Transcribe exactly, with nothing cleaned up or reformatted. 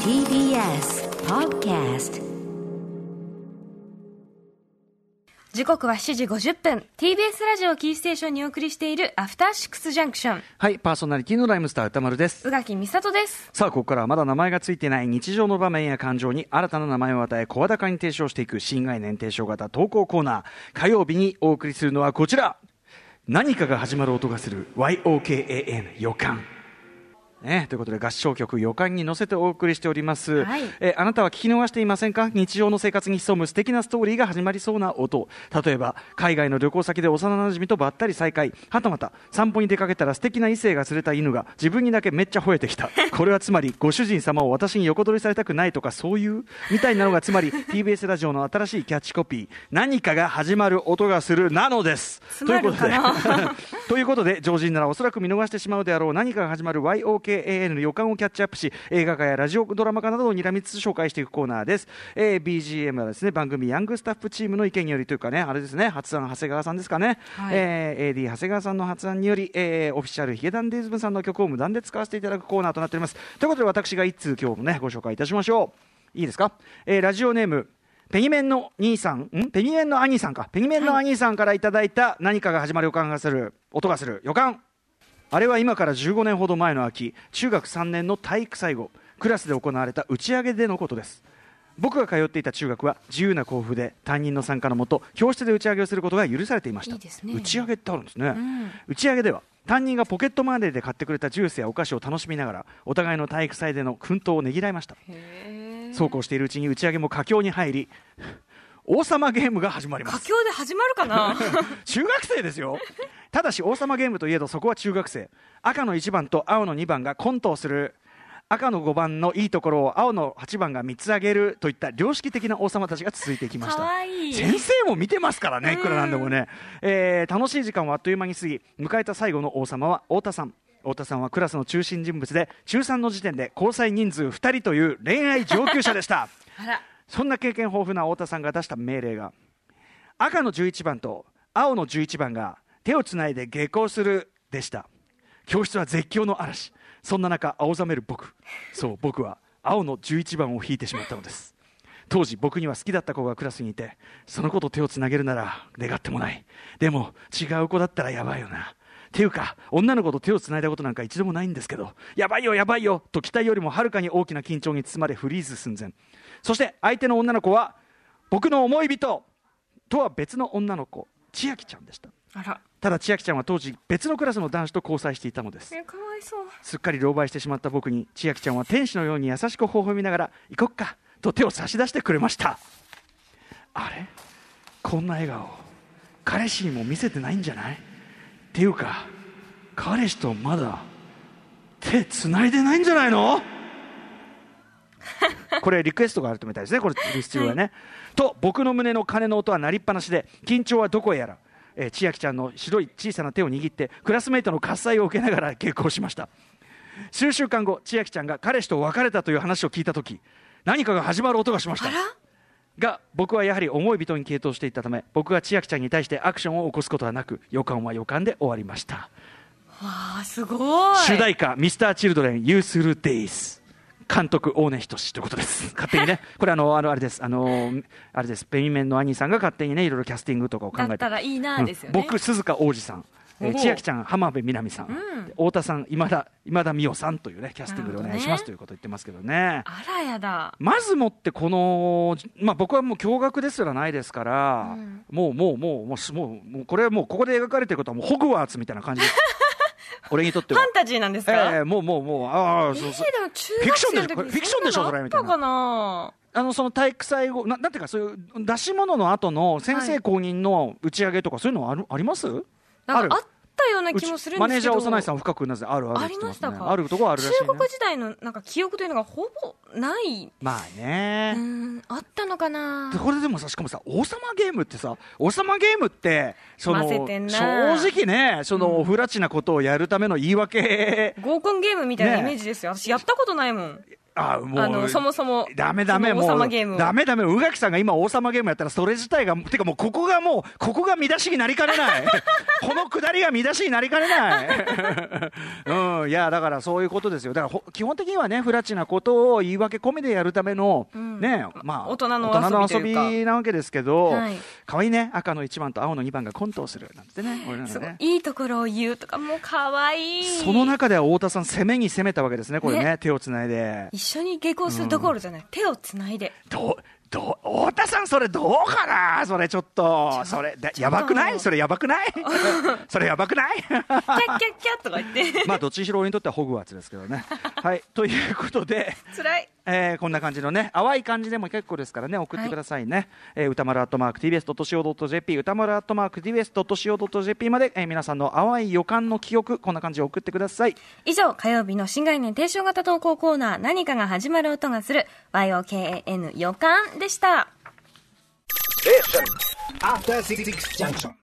ティービーエス Podcast。 時刻はしちじごじゅっぷん、 ティービーエス ラジオキーステーションにお送りしているアフターシックスジャンクション。 はい、パーソナリティのライムスター歌丸です。 宇垣美里です。 さあ、ここからはまだ名前がついていない日常の場面や感情に新たな名前を与え声高に提唱していく新概念提唱型投稿コーナー。火曜日にお送りするのはこちら、何かが始まる音がする ワイオーケーエーエヌ 予感ね、ということで合唱曲予感に乗せてお送りしております、はい。えあなたは聞き逃していませんか？日常の生活に潜む素敵なストーリーが始まりそうな音。例えば海外の旅行先で幼なじみとばったり再会、はたまた散歩に出かけたら素敵な異性が連れた犬が自分にだけめっちゃ吠えてきた。これはつまりご主人様を私に横取りされたくないとか、そういうみたいなのがつまり ティービーエス ラジオの新しいキャッチコピー、何かが始まる音がするなのです。 つまるかなということで常人ならおそらく見逃してしまうであろう何かが始まる ワイオーケーエーエヌ の予感をキャッチアップし、映画化やラジオドラマ化などをにらみつつ紹介していくコーナーです。えー、ビージーエム はですね、番組ヤングスタッフチームの意見によりというかね、あれですね、発案長谷川さんですかね、はい。えー、エーディー 長谷川さんの発案により、えー、オフィシャルヒゲダンディズムさんの曲を無断で使わせていただくコーナーとなっております。ということで私が一通今日もねご紹介いたしましょう。いいですか？えー、ラジオネームペニメンの兄さん、んペニメンの兄さんかペニメンの兄さんからいただいた何かが始まる予感がする音がする予感。あれは今からじゅうごねんほど前の秋、中学さんねんの体育祭後、クラスで行われた打ち上げでのことです。僕が通っていた中学は自由な校風で担任の参加のもと教室で打ち上げをすることが許されていました。 いいですね。 打ち上げってあるんですね、うん、打ち上げでは担任がポケットマネーで買ってくれたジュースやお菓子を楽しみながらお互いの体育祭での奮闘をねぎらいました。へそうこうしているうちに打ち上げも佳境に入り、王様ゲームが始まります。 佳境で始まるかな中学生ですよ。ただし王様ゲームといえどそこは中学生。赤のいちばんと青のにばんがコントをする、赤のごばんのいいところを青のはちばんがみっつあげるといった良識的な王様たちが続いていきました。 かわいい。 先生も見てますからね、いくらなんでもね、えー、楽しい時間はあっという間に過ぎ、迎えた最後の王様は太田さん。太田さんはクラスの中心人物で中さんの時点で交際人数ふたりという恋愛上級者でした。 あら、 そんな経験豊富な太田さんが出した命令が、赤のじゅういちばんと青のじゅういちばんが手をつないで下校するでした。教室は絶叫の嵐。そんな中青ざめる僕、そう僕は青のじゅういちばんを引いてしまったのです。当時僕には好きだった子がクラスにいて、その子と手をつなげるなら願ってもない。でも違う子だったらやばいよな。ていうか女の子と手をつないだことなんか一度もないんですけど、やばいよやばいよと期待よりもはるかに大きな緊張に包まれフリーズ寸前。そして相手の女の子は僕の思い人とは別の女の子、千秋ちゃんでした。 あら。 ただ千秋ちゃんは当時別のクラスの男子と交際していたのです。 えかわいそう。 すっかり狼狽してしまった僕に千秋ちゃんは天使のように優しく微笑みながら行こっかと手を差し出してくれました。あれ、こんな笑顔彼氏にも見せてないんじゃない？っていうか彼氏とまだ手つないでないんじゃないの？これリクエストがあるみたいですね、これリストはね、はい、と僕の胸の鐘の音は鳴りっぱなしで緊張はどこへやら、えー、千秋ちゃんの白い小さな手を握ってクラスメイトの喝采を受けながら下校しました。数週間後、千秋ちゃんが彼氏と別れたという話を聞いたとき、何かが始まる音がしました。が僕はやはり思い人に傾倒していったため、僕が千秋ちゃんに対してアクションを起こすことはなく、予感は予感で終わりました。 わあ、すごい。 主題歌ミスターチルドレン You Through Days、監督大根仁ということです。勝手にねこれあのあのあれですあのあれですペニメンの兄さんが勝手にねいろいろキャスティングとかを考えて、 だったらいいなですよね、 うん、僕鈴鹿央士さん、えー、千秋ちゃん浜辺美波さん、うん、太田さん今田今田美桜さんというねキャスティングでお願いします、ね、ということを言ってますけどね。 あらやだ。 まずもってこの、まあ、僕はもう驚愕ですらないですから、うん、もうもうもうもうもうもうこれはもうここで描かれてることはもうホグワーツみたいな感じです俺にとってはファンタジーなんですか？ えー、もうもうもうああ、そうそう、 えー、でも中学生の時にフィクションでしょそれみたいな。あのその体育祭後 な, なんていうかそういう出し物の後の先生公認の打ち上げとかそういうのは あ, るあります？ なんかあったような気もするんですけど、 マネージャー幼いさん深くなぜあるあるありましたか？ あるところあるらしい、ね、 中国時代のなんか記憶というのがほぼない。 まあね、 うん、あったのかな。 でこれでもさ、しかもさ王様ゲームってさ王様ゲームってその混ぜてんな正直ねその、うん、不埒なことをやるための言い訳合コンゲームみたいなイメージですよ、ね、私やったことないもん。 あもうあのそもそもダメダメ王様ゲームをダメダメ宇垣さんが今王様ゲームやったらそれ自体がてかもうここがもうここが見出しになりかねないこのくだりが見出しになりかねないうんいやだからそういうことですよ。だから基本的にはね不埒なことを言い訳込みでやるための、うん、ねまあ大人の遊び遊びなわけですけど、 はい、 かわいいね赤のいちばんと青のにばんがコントをするなんてね俺らのねいいところを言うとかもうかわいい。 その中では太田さん攻めに攻めたわけですねこれね、ね手をつないで一緒に下校するどころじゃない、うん、手をつないでどど太田さんそれどうかなそれちょっとそれでやばくないそれやばくないそれやばくないキャッキャッキャッとか言ってまあどっちにしろ俺にとってはホグワーツですけどねはいということで辛いえー、こんな感じのね淡い感じでも結構ですからね送ってくださいね、はい、えー、歌丸アットマーク ティービーエスドットシーオードットジェーピー 歌丸アットマーク ティービーエスドットシーオードットジェーピー まで、えー、皆さんの淡い予感の記憶こんな感じで送ってください。 以上火曜日の新概念提唱型投稿コーナー何かが始まる音がする ワイオーケーエーエヌ 予感でした。 After Six Junction